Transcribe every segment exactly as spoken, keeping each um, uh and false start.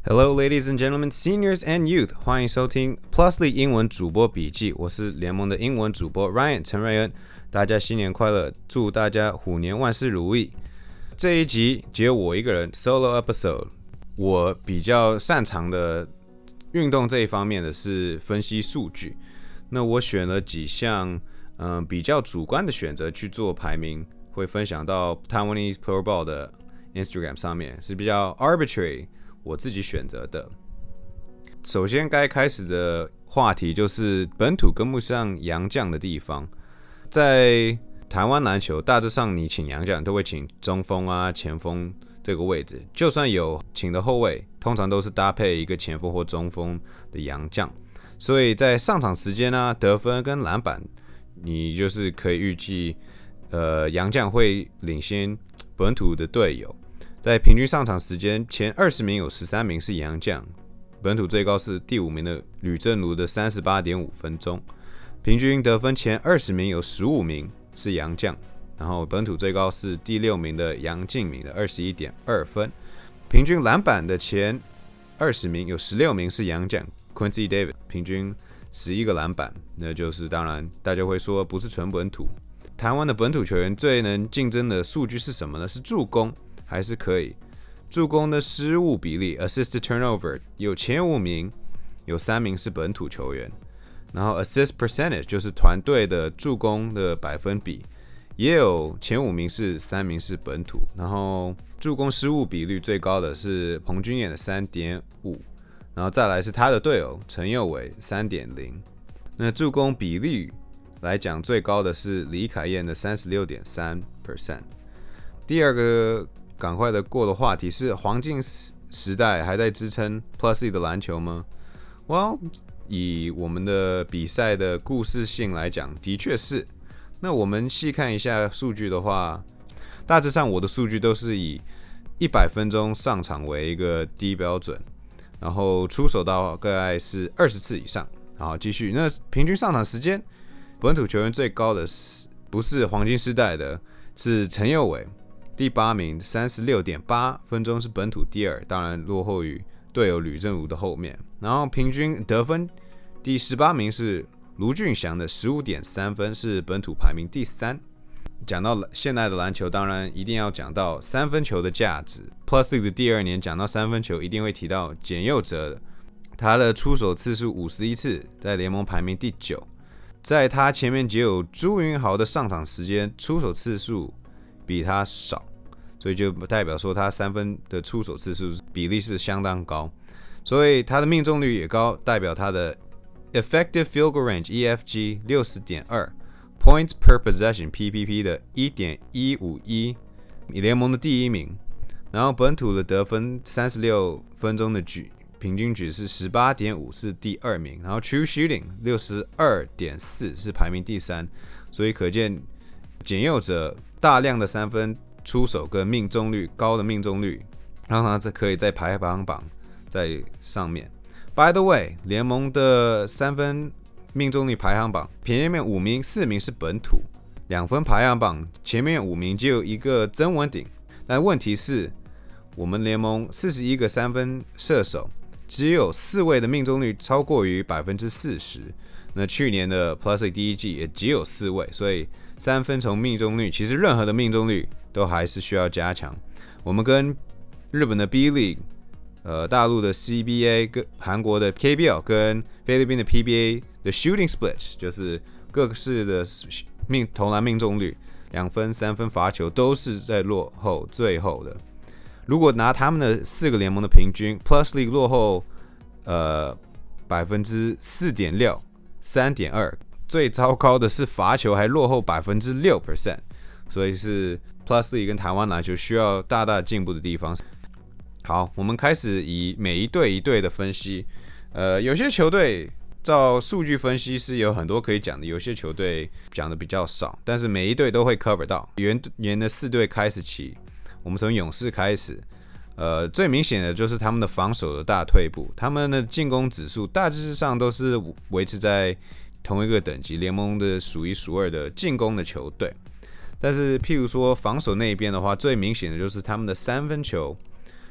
Hello, ladies and gentlemen, seniors and youth， 欢迎收听 Plusly 英文主播笔记。我是联盟的英文主播 Ryan 陈瑞恩，大家新年快乐，祝大家虎年万事如意。这一集只有我一个人 solo episode。我比较擅长的运动这一方面的是分析数据。那我选了几项嗯比较主观的选择去做排名，会分享到 Taiwanese Pro Ball 的 Instagram 上面，是比较 arbitrary。我自己选择的。首先该开始的话题就是本土跟不上洋将的地方。在台湾篮球，大致上你请洋将都会请中锋啊、前锋这个位置，就算有请的后卫，通常都是搭配一个前锋或中锋的洋将。所以在上场时间啊、得分跟篮板，你就是可以预计，呃，洋将会领先本土的队友。在平均上场时间，前二十名有十三名是洋将，本土最高是第五名的吕正如的 三十八点五 分钟。平均得分前二十名有十五名是洋将，然后本土最高是第六名的杨敬敏的 二十一点二 分。平均篮板的前二十名有十六名是洋将 Quincy David， 平均十一个篮板，那就是当然大家会说不是纯本土。台湾的本土球员最能竞争的数据是什么呢？是助攻。还是可以，助攻的失误比例 assist to turnover 有前五名，有三名是本土球员，然后 assist percentage 就是团队的助攻的百分比，也有前五名是三名是本土，然后助攻失误比率最高的是彭君彦的 三点五， 然后再来是他的队友陈佑伟 三点零， 那助攻比例来讲最高的是李凯燕的 三十六点三 percent。 第二个赶快的过的话题是黄金时代还在支撑 Plusly 的篮球吗？ Well， 以我们的比赛的故事性来讲，的确是。那我们细看一下数据的话，大致上我的数据都是以一百分钟上场为一个低标准，然后出手大概是二十次以上。好，继续。那平均上场时间，本土球员最高的是不是黄金时代的，是陈佑伟。第八名 三十六点八 分钟是本土第二，当然落后于队友吕正如的后面。然后平均得分第十八名是卢俊祥的 十五点三 分，是本土排名第三。讲到现在的篮球，当然一定要讲到三分球的价值。Plusly 的第二年讲到三分球，一定会提到简佑哲，他的出手次数五十一次，在联盟排名第九。在他前面只有朱云豪的上场时间，出手次数比他少，所以就代表说他三分的出手次数比例是相当高，所以他的命中率也高，代表他的 effective field goal range E F G 六十点二 points per possession P P P 的 一点一五一， 联盟的第一名。然后本土的得分三十六分钟的局平均局是 十八点五 是第二名，然后 true shooting 六十二点四 是排名第三，所以可见简佑哲大量的三分出手跟命中率高的命中率，让他可以在排行榜在上面。By the way， 联盟的三分命中率排行榜前面五名四名是本土，两分排行榜前面五名只有一个曾文鼎，但问题是我们联盟四十一个三分射手，只有四位的命中率超过于 百分之四十。 那去年的 Plusly 第一季也只有四位，所以三分球命中率，其实任何的命中率都还是需要加强。我们跟日本的 B League、呃、大陆的 C B A、跟韩国的 K B L 跟菲律宾的 P B A 的 shooting split， 就是各式的命投篮命中率，两分、三分、罚球都是在落后最后的。如果拿他们的四个联盟的平均 ，Plusly 落后呃 百分之四点六。三点二， 最糟糕的是罚球还落后 百分之六， 所以是 Plusly 跟台湾篮球需要大大进步的地方。好，我们开始以每一队一队的分析。呃，有些球队照数据分析是有很多可以讲的，有些球队讲的比较少，但是每一队都会 cover 到。原年的四队开始起，我们从勇士开始。呃，最明显的就是他们的防守的大退步，他们的进攻指数大致上都是维持在同一个等级，联盟的数一数二的进攻的球队。但是譬如说防守那一边的话，最明显的就是他们的三分球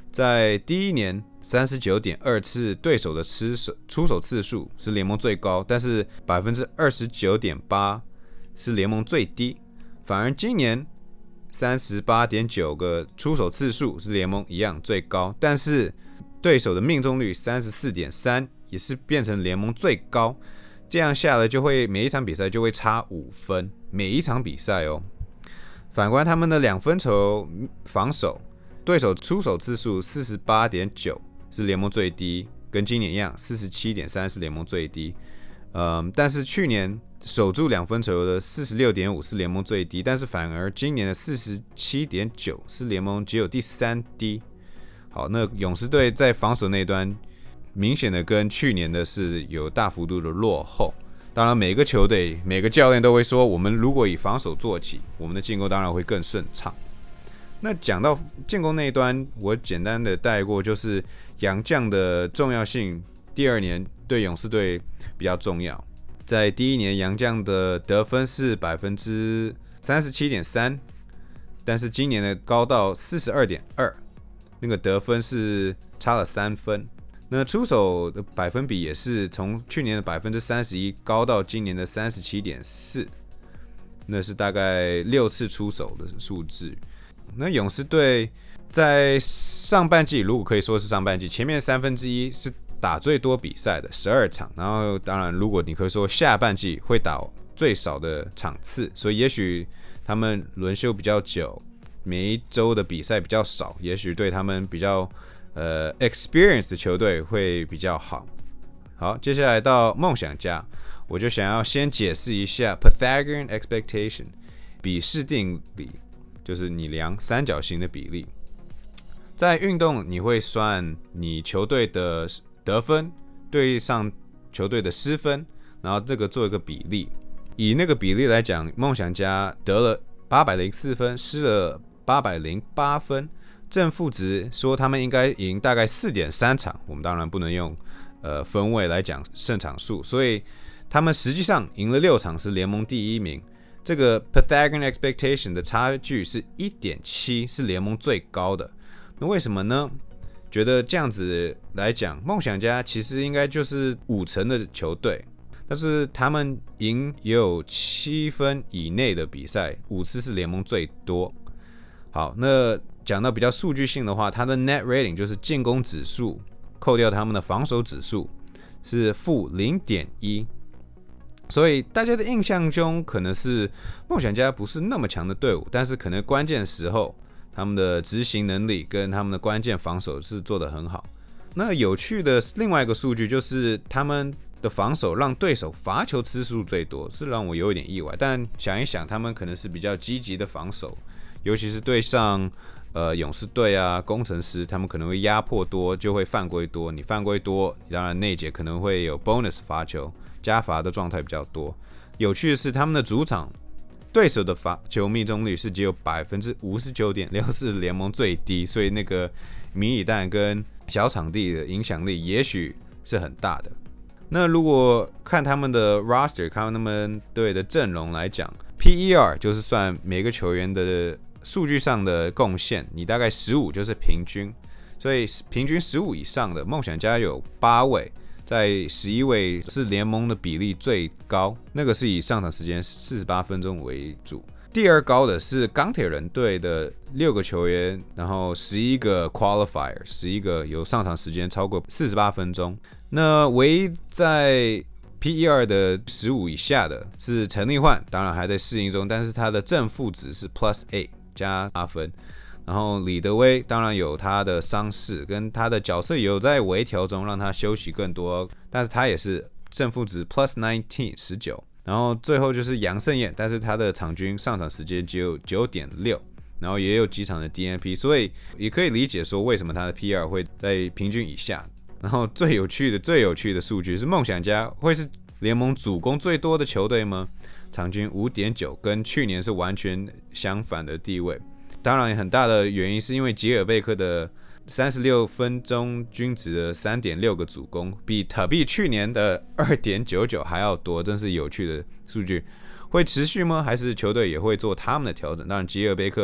在第一年 三十九点二 次对手的出手次数是联盟最高，但是 百分之二十九点八 是联盟最低。反而今年 三十八点九 个出手次数是联盟一样最高，但是对手的命中率 三十四点三 也是变成联盟最高。这样下来就会每一场比赛就会差五分，每一场比赛哦。反观他们的两分球防守，对手出手次数 四十八点九 是联盟最低，跟今年一样 四十七点三 是联盟最低。嗯，但是去年守住两分球的 四十六点五 是联盟最低，但是反而今年的 四十七点九 是联盟只有第三低。好，那勇士队在防守那端明显的跟去年的是有大幅度的落后。当然每个球队每个教练都会说，我们如果以防守做起，我们的进攻当然会更顺畅。那讲到进攻那一端，我简单的带过，就是洋将的重要性，第二年对勇士队比较重要。在第一年洋将的得分是 百分之三十七点三， 但是今年的高到 四十二点二， 那个得分是差了三分。那出手的百分比也是从去年的 百分之三十一 高到今年的 三十七点四， 那是大概六次出手的数字。那勇士队在上半季，如果可以说是上半季，前面三分之一是打最多比赛的十二场，然后当然如果你可以说下半季会打最少的场次，所以也许他们轮休比较久，每一周的比赛比较少，也许对他们比较呃 experience 的球队会比较好。好，接下来到梦想家，我就想要先解释一下 Pythagorean expectation 比氏定理，就是你量三角形的比例。在运动你会算你球队的得分对上球队的失分，然后这个做一个比例。以那个比例来讲，梦想家得了八百零四分，失了八百零八分，正负值说他们应该赢大概 四点三 场，我们当然不能用呃分位来讲胜场数，所以他们实际上赢了六场，是联盟第一名。这个 Pythagorean expectation 的差距是 一点七， 是联盟最高的。那为什么呢？觉得这样子来讲，梦想家其实应该就是五成的球队，但是他们赢也有七分以内的比赛，五次是联盟最多。好，那讲到比较数据性的话，他的 net rating 就是进攻指数扣掉他们的防守指数是负 零点一， 所以大家的印象中可能是梦想家不是那么强的队伍，但是可能关键时候他们的执行能力跟他们的关键防守是做得很好。那有趣的另外一个数据就是他们的防守让对手罚球次数最多，是让我有一点意外。但想一想，他们可能是比较积极的防守，尤其是对上呃勇士队啊、工程师，他们可能会压迫多，就会犯规多。你犯规多，当然内节可能会有 bonus 罚球，加罚的状态比较多。有趣的是，他们的主场对手的罚球命中率是只有 百分之五十九点六， 是联盟最低，所以那个迷你弹跟小场地的影响力也许是很大的。那如果看他们的 roster， 看他们队的阵容来讲， P E R 就是算每个球员的数据上的贡献，你大概十五就是平均，所以平均十五以上的梦想家有八位，在十一位是联盟的比例最高，那个是以上场时间四十八分钟为主。第二高的是钢铁人队的六个球员，然后十一个 qualifier， 十一个有上场时间超过四十八分钟。那唯一在 P E R 的十五以下的是陈立焕，当然还在适应中，但是他的正负值是 plus 八 加八分。然后李德威当然有他的伤势，跟他的角色有在微调中，让他休息更多，但是他也是正负值 plus 十九 十九。然后最后就是杨胜彦，但是他的场均上场时间只有 九点六， 然后也有几场的 D N P， 所以也可以理解说为什么他的 P E R 会在平均以下。然后最有趣的最有趣的数据是梦想家会是联盟主攻最多的球队吗？场均 五点九， 跟去年是完全相反的地位。当然很大的原因是因为吉尔贝克的三十六分钟均值的 三点六 个主攻，比塔比去年的 二点九九 还要多，真是有趣的数据。会持续吗？还是球队也会做他们的调整？当然吉尔贝克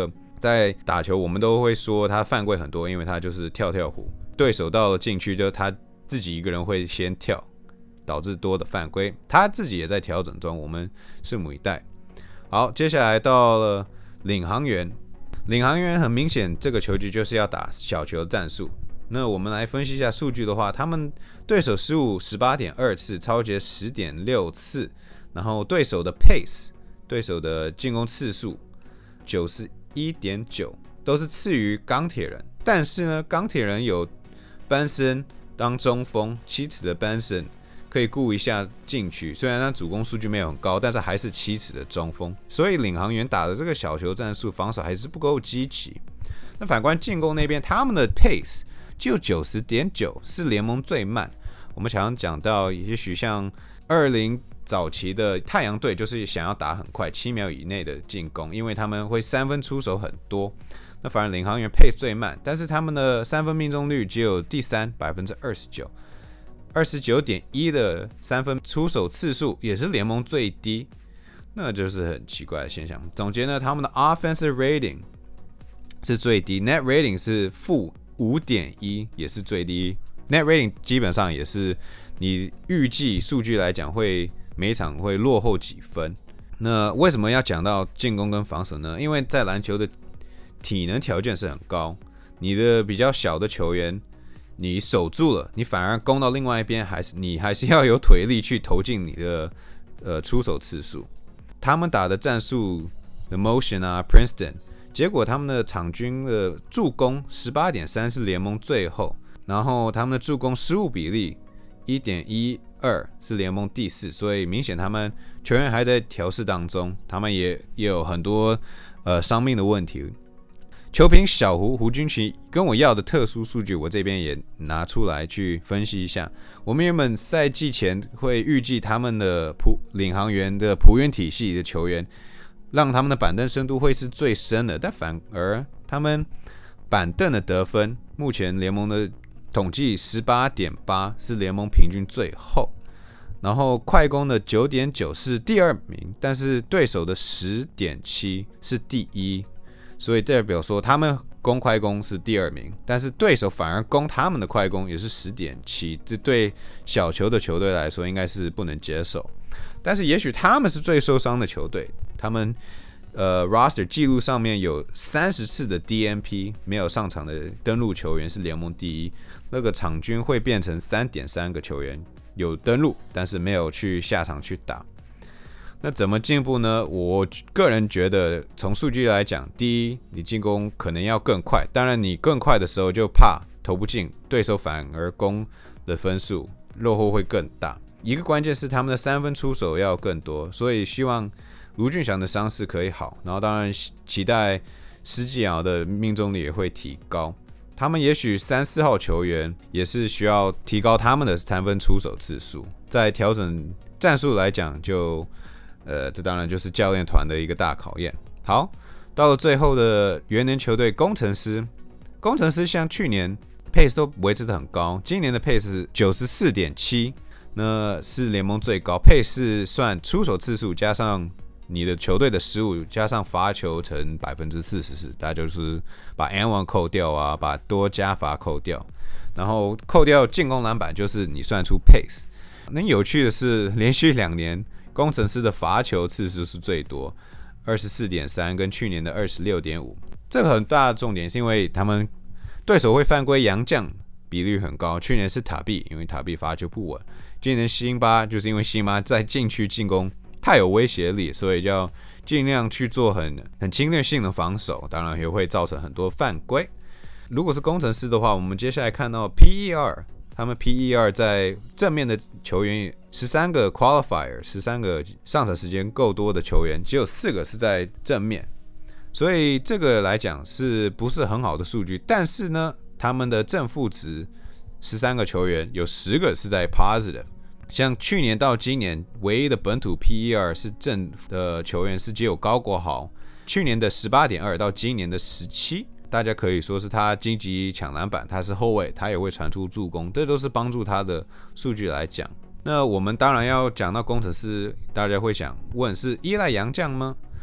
在打球我们都会说他犯规很多，因为他就是跳跳虎，对手到了禁区就他自己一个人会先跳，导致多的犯规，他自己也在调整中，我们拭目以待。好，接下来到了领航员，领航员很明显这个球局就是要打小球战术。那我们来分析一下数据的话，他们对手失误 十八点二 次，抄截 十点六 次，然后对手的 pace， 对手的进攻次数 九十一点九 都是次于钢铁人。但是呢，钢铁人有班森当中锋，七尺的班森可以顾一下禁区，虽然他主攻数据没有很高，但是还是七尺的中锋，所以领航员打的这个小球战术防守还是不够积极。那反观进攻那边，他们的 pace就 九十点九， 是联盟最慢。我们常常讲到，也许像二零早期的太阳队就是想要打很快，七秒以内的进攻，因为他们会三分出手很多。那反而领航员 pace 最慢，但是他们的三分命中率只有第三 百分之二十九， 二十九点一 的三分出手次数也是联盟最低，那就是很奇怪的现象。总结呢，他们的 offensive rating 是最低， net rating 是负 五点一， 也是最低。 net rating 基本上也是你预计数据来讲会每一场会落后几分。那为什么要讲到进攻跟防守呢？因为在篮球的体能条件是很高，你的比较小的球员你守住了，你反而攻到另外一边，还是你还是要有腿力去投进你的呃出手次数。他们打的战术 The Motion 啊 Princeton， 结果他们的场均的助攻 十八点三 是联盟最后，然后他们的助攻失误比例 一点一二 是联盟第四，所以明显他们球员还在调试当中，他们 也, 也有很多呃伤病的问题。球评小胡胡君奇跟我要的特殊数据，我这边也拿出来去分析一下。我们原本赛季前会预计他们的领航员的璞园体系的球员，让他们的板凳深度会是最深的，但反而他们板凳的得分，目前联盟的统计 十八点八 是联盟平均最后，然后快攻的 九点九 是第二名，但是对手的 十点七 是第一。所以代表说他们攻快攻是第二名，但是对手反而攻他们的快攻也是 十点七， 这对小球的球队来说应该是不能接受。但是也许他们是最受伤的球队，他们呃 roster 记录上面有三十次的 D N P 没有上场的登陆球员是联盟第一，那个场均会变成 三点三 个球员有登陆，但是没有去下场去打。那怎么进步呢？我个人觉得从数据来讲，第一，你进攻可能要更快，当然你更快的时候就怕投不进，对手反而攻的分数落后会更大。一个关键是他们的三分出手要更多，所以希望卢俊祥的伤势可以好，然后当然期待施纪尧的命中率也会提高。他们也许三四号球员也是需要提高他们的三分出手次数，在调整战术来讲就呃，这当然就是教练团的一个大考验。好，到了最后的元年球队工程师，工程师像去年 pace 都维持得很高，今年的 pace 是 九十四点七， 那是联盟最高。pace 是算出手次数加上你的球队的失误加上罚球乘 百分之四十四， 大家就是把 and one 扣掉啊，把多加罚扣掉，然后扣掉进攻篮板，就是你算出 pace。 那有趣的是连续两年工程师的罚球次数是最多 二十四点三 跟去年的 二十六点五。 这个很大的重点是因为他们对手会犯规洋将比率很高，去年是塔比，因为塔比罚球不稳，今年辛巴就是因为辛巴在禁区进攻太有威胁力，所以就要尽量去做很很侵略性的防守，当然也会造成很多犯规。如果是工程师的话，我们接下来看到 P E R， 他们 P E R 在正面的球员十三个 qualifier， 十三个上场时间够多的球员，只有四个是在正面，所以这个来讲是不是很好的数据？但是呢，他们的正负值十三个球员有十个是在 positive。像去年到今年唯一的本土 P E R 是正的球员是只有高国豪，去年的 十八点二 到今年的十七，大家可以说是他积极抢篮板，他是后卫，他也会传出助攻，这都是帮助他的数据来讲。那我们当然要讲到工程师，大家会想问是依赖洋将吗？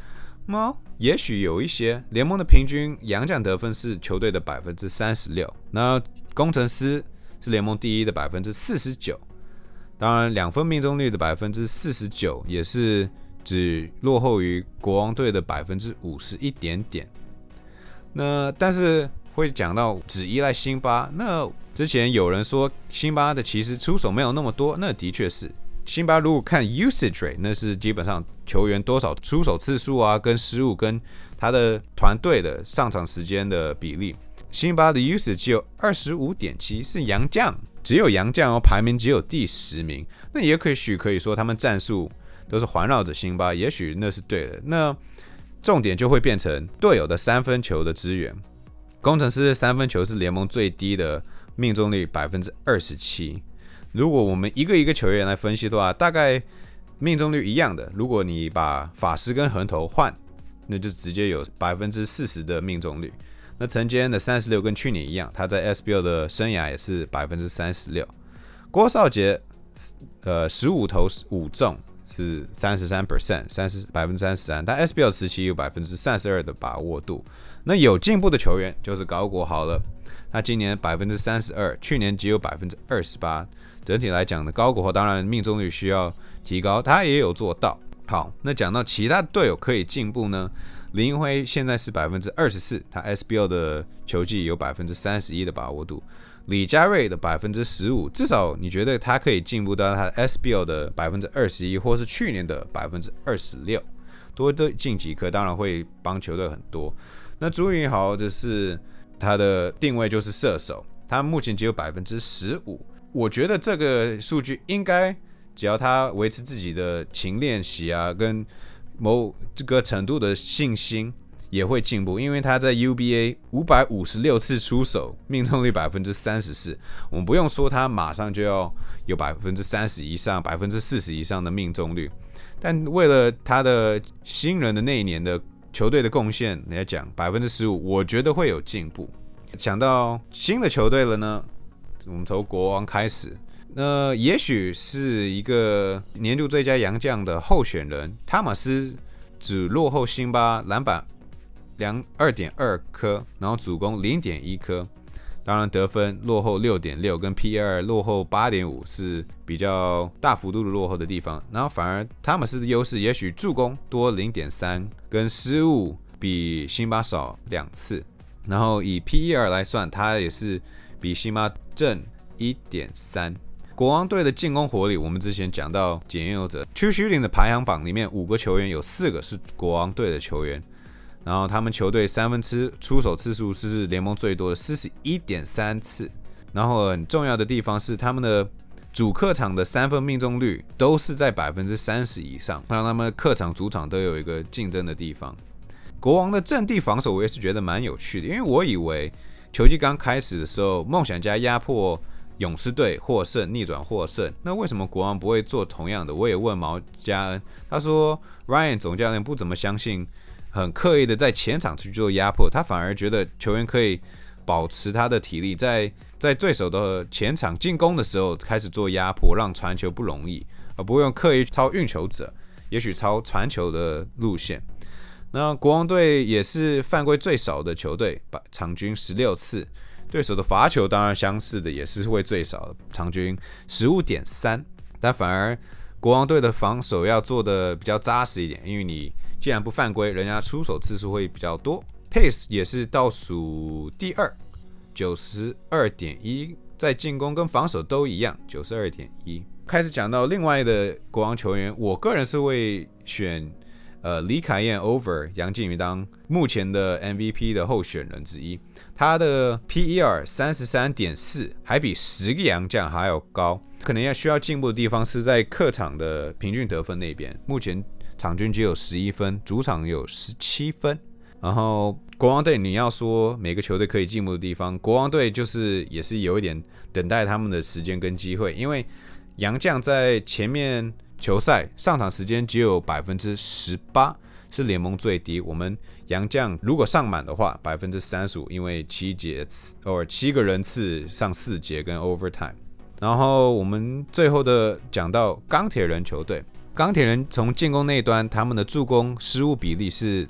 吗？也许有一些。联盟的平均洋将得分是球队的 百分之三十六， 那工程师是联盟第一的 百分之四十九， 当然两分命中率的 百分之四十九 也是只落后于国王队的 百分之五十 一点点。那但是会讲到只依赖辛巴，那之前有人说辛巴的其实出手没有那么多，那的确是。辛巴如果看 usage rate， 那是基本上球员多少出手次数啊，跟失误跟他的团队的上场时间的比例。辛巴的 usage 只有 二十五点七， 是洋将，只有洋将哦，排名只有第十名。那也可许可以说他们战术都是环绕着辛巴，也许那是对的。那重点就会变成队友的三分球的支援。工程师的三分球是联盟最低的命中率 百分之二十七。如果我们一个一个球员来分析的话，大概命中率一样的。如果你把法师跟横头换，那就直接有 百分之四十 的命中率。那陈坚的三十六跟去年一样，他在 S B L 的生涯也是 百分之三十六。郭少杰呃十五投五中是 百分之三十三， 百分之三十三， 但 S B L 时期有 百分之三十二 的把握度。那有进步的球员就是高国豪了，他今年 百分之三十二， 去年只有 百分之二十八。整体来讲呢，高国豪当然命中率需要提高，他也有做到。好，那讲到其他队友可以进步呢，林英辉现在是 百分之二十四， 他 S B L 的球技有 百分之三十一 的把握度。李佳瑞的 百分之十五， 至少你觉得他可以进步到他 S B L 的 百分之二十一， 或是去年的 百分之二十六， 多进几颗当然会帮球队很多。那朱云豪就是他的定位就是射手，他目前只有 百分之十五。我觉得这个数据应该只要他维持自己的勤练习啊，跟某这个程度的信心，也会进步。因为他在 U B A 五百五十六次出手，命中率 百分之三十四， 我们不用说他马上就要有 百分之三十 以上 百分之四十 以上的命中率，但为了他的新人的那一年的球队的贡献来讲， 百分之十五 我觉得会有进步。讲到新的球队了呢，我们从国王开始，那也许是一个年度最佳洋将的候选人，汤马斯只落后辛巴篮板 二点二 颗，然后主攻 零点一 颗，当然得分落后 六点六， 跟 P R 落后 八点五 是比较大幅度的落后的地方。然后反而汤马斯的优势也许助攻多 零点三， 跟失误比辛巴少两次，然后以 P E R 来算，他也是比辛巴正 一点三。 国王队的进攻火力，我们之前讲到检验者 True Shooting 的排行榜里面，五个球员有四个是国王队的球员，然后他们球队三分出手次数是联盟最多的 四十一点三次。然后很重要的地方是他们的主客场的三分命中率都是在 百分之三十 以上，让他们客场主场都有一个竞争的地方。国王的阵地防守我也是觉得蛮有趣的，因为我以为球季刚开始的时候，梦想家压迫勇士队获胜，逆转获胜，那为什么国王不会做同样的？我也问毛嘉恩，他说 Ryan 总教练不怎么相信很刻意的在前场去做压迫，他反而觉得球员可以保持他的体力，在在对手的前场进攻的时候开始做压迫，让传球不容易，而不用刻意抄运球者，也许抄传球的路线。那国王队也是犯规最少的球队，场均十六次，对手的罚球当然相似的也是会最少的，场均 十五点三， 但反而国王队的防守要做的比较扎实一点，因为你既然不犯规，人家出手次数会比较多。 Pace 也是倒数第二 九十二点一， 在进攻跟防守都一样 九十二点一。 开始讲到另外的国王球员，我个人是会选呃，李凯燕 over 杨敬宇当目前的 M V P 的候选人之一，他的 P E R 三十三点四， 还比十个洋将还要高，可能要需要进步的地方是在客场的平均得分那边，目前场均只有十一分，主场有十七分。然后国王队你要说每个球队可以进步的地方，国王队就是也是有一点等待他们的时间跟机会，因为洋将在前面球赛上场时间只有 百分之十八， 是联盟最低。我们洋将如果上满的话 百分之三十五， 因为七节或七个人次上四节跟 overtime。 然后我们最后的讲到钢铁人球队，钢铁人从进攻那一端他们的助攻失误比例是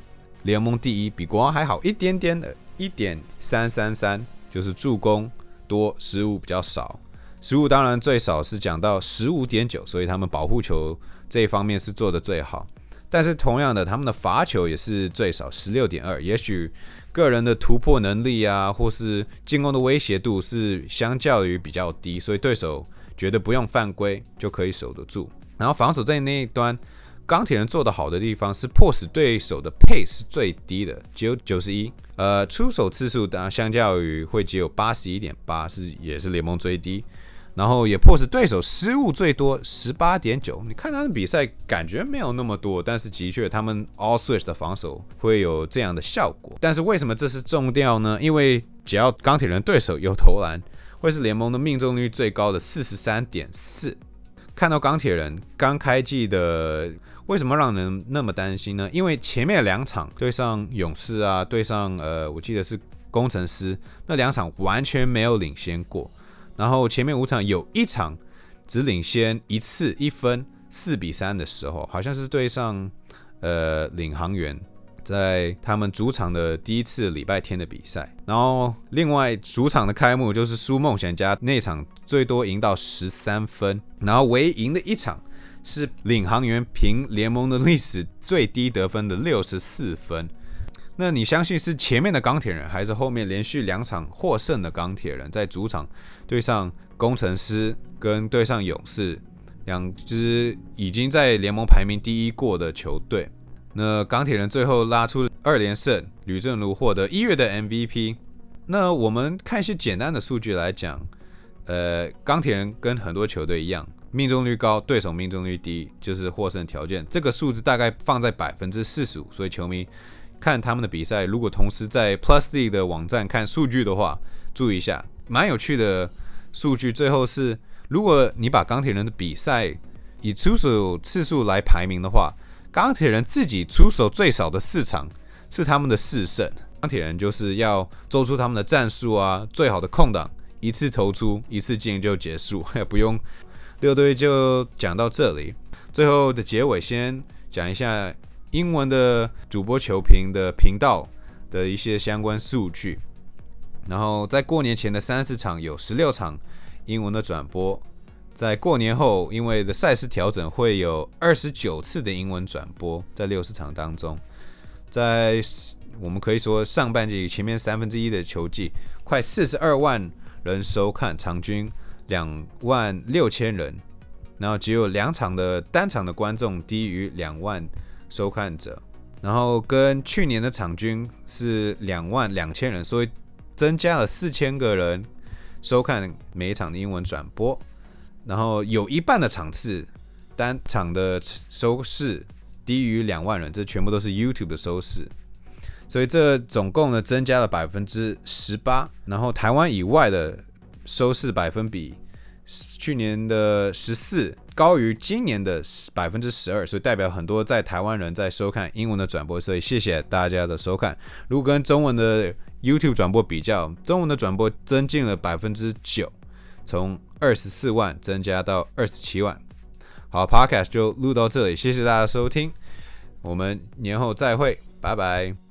联盟第一，比国王还好一点点的 一点三三三， 就是助攻多，失误比较少。失误当然最少是讲到 十五点九， 所以他们保护球这一方面是做得最好。但是同样的，他们的罚球也是最少 十六点二， 也许个人的突破能力啊，或是进攻的威胁度是相较于比较低，所以对手觉得不用犯规就可以守得住。然后防守在那一端，钢铁人做得好的地方是迫使对手的 pace 是最低的，只有九十一，呃，出手次数当然相较于会只有 八十一点八， 是也是联盟最低。然后也迫使对手失误最多 十八点九， 你看他们比赛感觉没有那么多，但是的确他们 all switch 的防守会有这样的效果。但是为什么这是重要呢？因为只要钢铁人对手有投篮，会是联盟的命中率最高的 四十三点四。 看到钢铁人刚开季的，为什么让人那么担心呢？因为前面两场对上勇士啊，对上呃我记得是工程师，那两场完全没有领先过。然后前面五场有一场只领先一次一分，四比三的时候，好像是对上呃领航员，在他们主场的第一次礼拜天的比赛。然后另外主场的开幕就是输梦想家那场，最多赢到十三分，然后唯一赢的一场是领航员凭联盟的历史最低得分的六十四分。那你相信是前面的钢铁人，还是后面连续两场获胜的钢铁人，在主场对上工程师跟对上勇士，两支已经在联盟排名第一过的球队？那钢铁人最后拉出二连胜，吕正如获得一月的 M V P。那我们看一些简单的数据来讲，呃，钢铁人跟很多球队一样，命中率高，对手命中率低，就是获胜条件。这个数字大概放在 百分之四十五， 所以球迷看他们的比赛，如果同时在 Plus League 的网站看数据的话，注意一下，蛮有趣的数据。最后是，如果你把钢铁人的比赛以出手次数来排名的话，钢铁人自己出手最少的四场是他们的四胜。钢铁人就是要做出他们的战术啊，最好的空档一次投出，一次进就结束，不用。六队就讲到这里，最后的结尾先讲一下英文的主播球评的频道的一些相关数据。然后在过年前的三十场有十六场英文的转播，在过年后因为的赛事调整会有二十九次的英文转播，在六十场当中，在我们可以说上半季前面三分之一的球季，快四十二万人收看，场均两万六千人，然后只有两场的单场的观众低于两万收看者，然后跟去年的场均是两万两千人，所以增加了四千个人收看每一场的英文转播。然后有一半的场次单场的收视低于两万人，这全部都是 YouTube 的收视，所以这总共呢增加了 百分之十八。 然后台湾以外的收视百分比，去年的十四高于今年的 百分之十二， 所以代表很多在台湾人在收看英文的转播，所以谢谢大家的收看。如果跟中文的 YouTube 转播比较，中文的转播增进了 百分之九， 从二十四万增加到二十七万。好 ，Podcast 就录到这里，谢谢大家收听，我们年后再会，拜拜。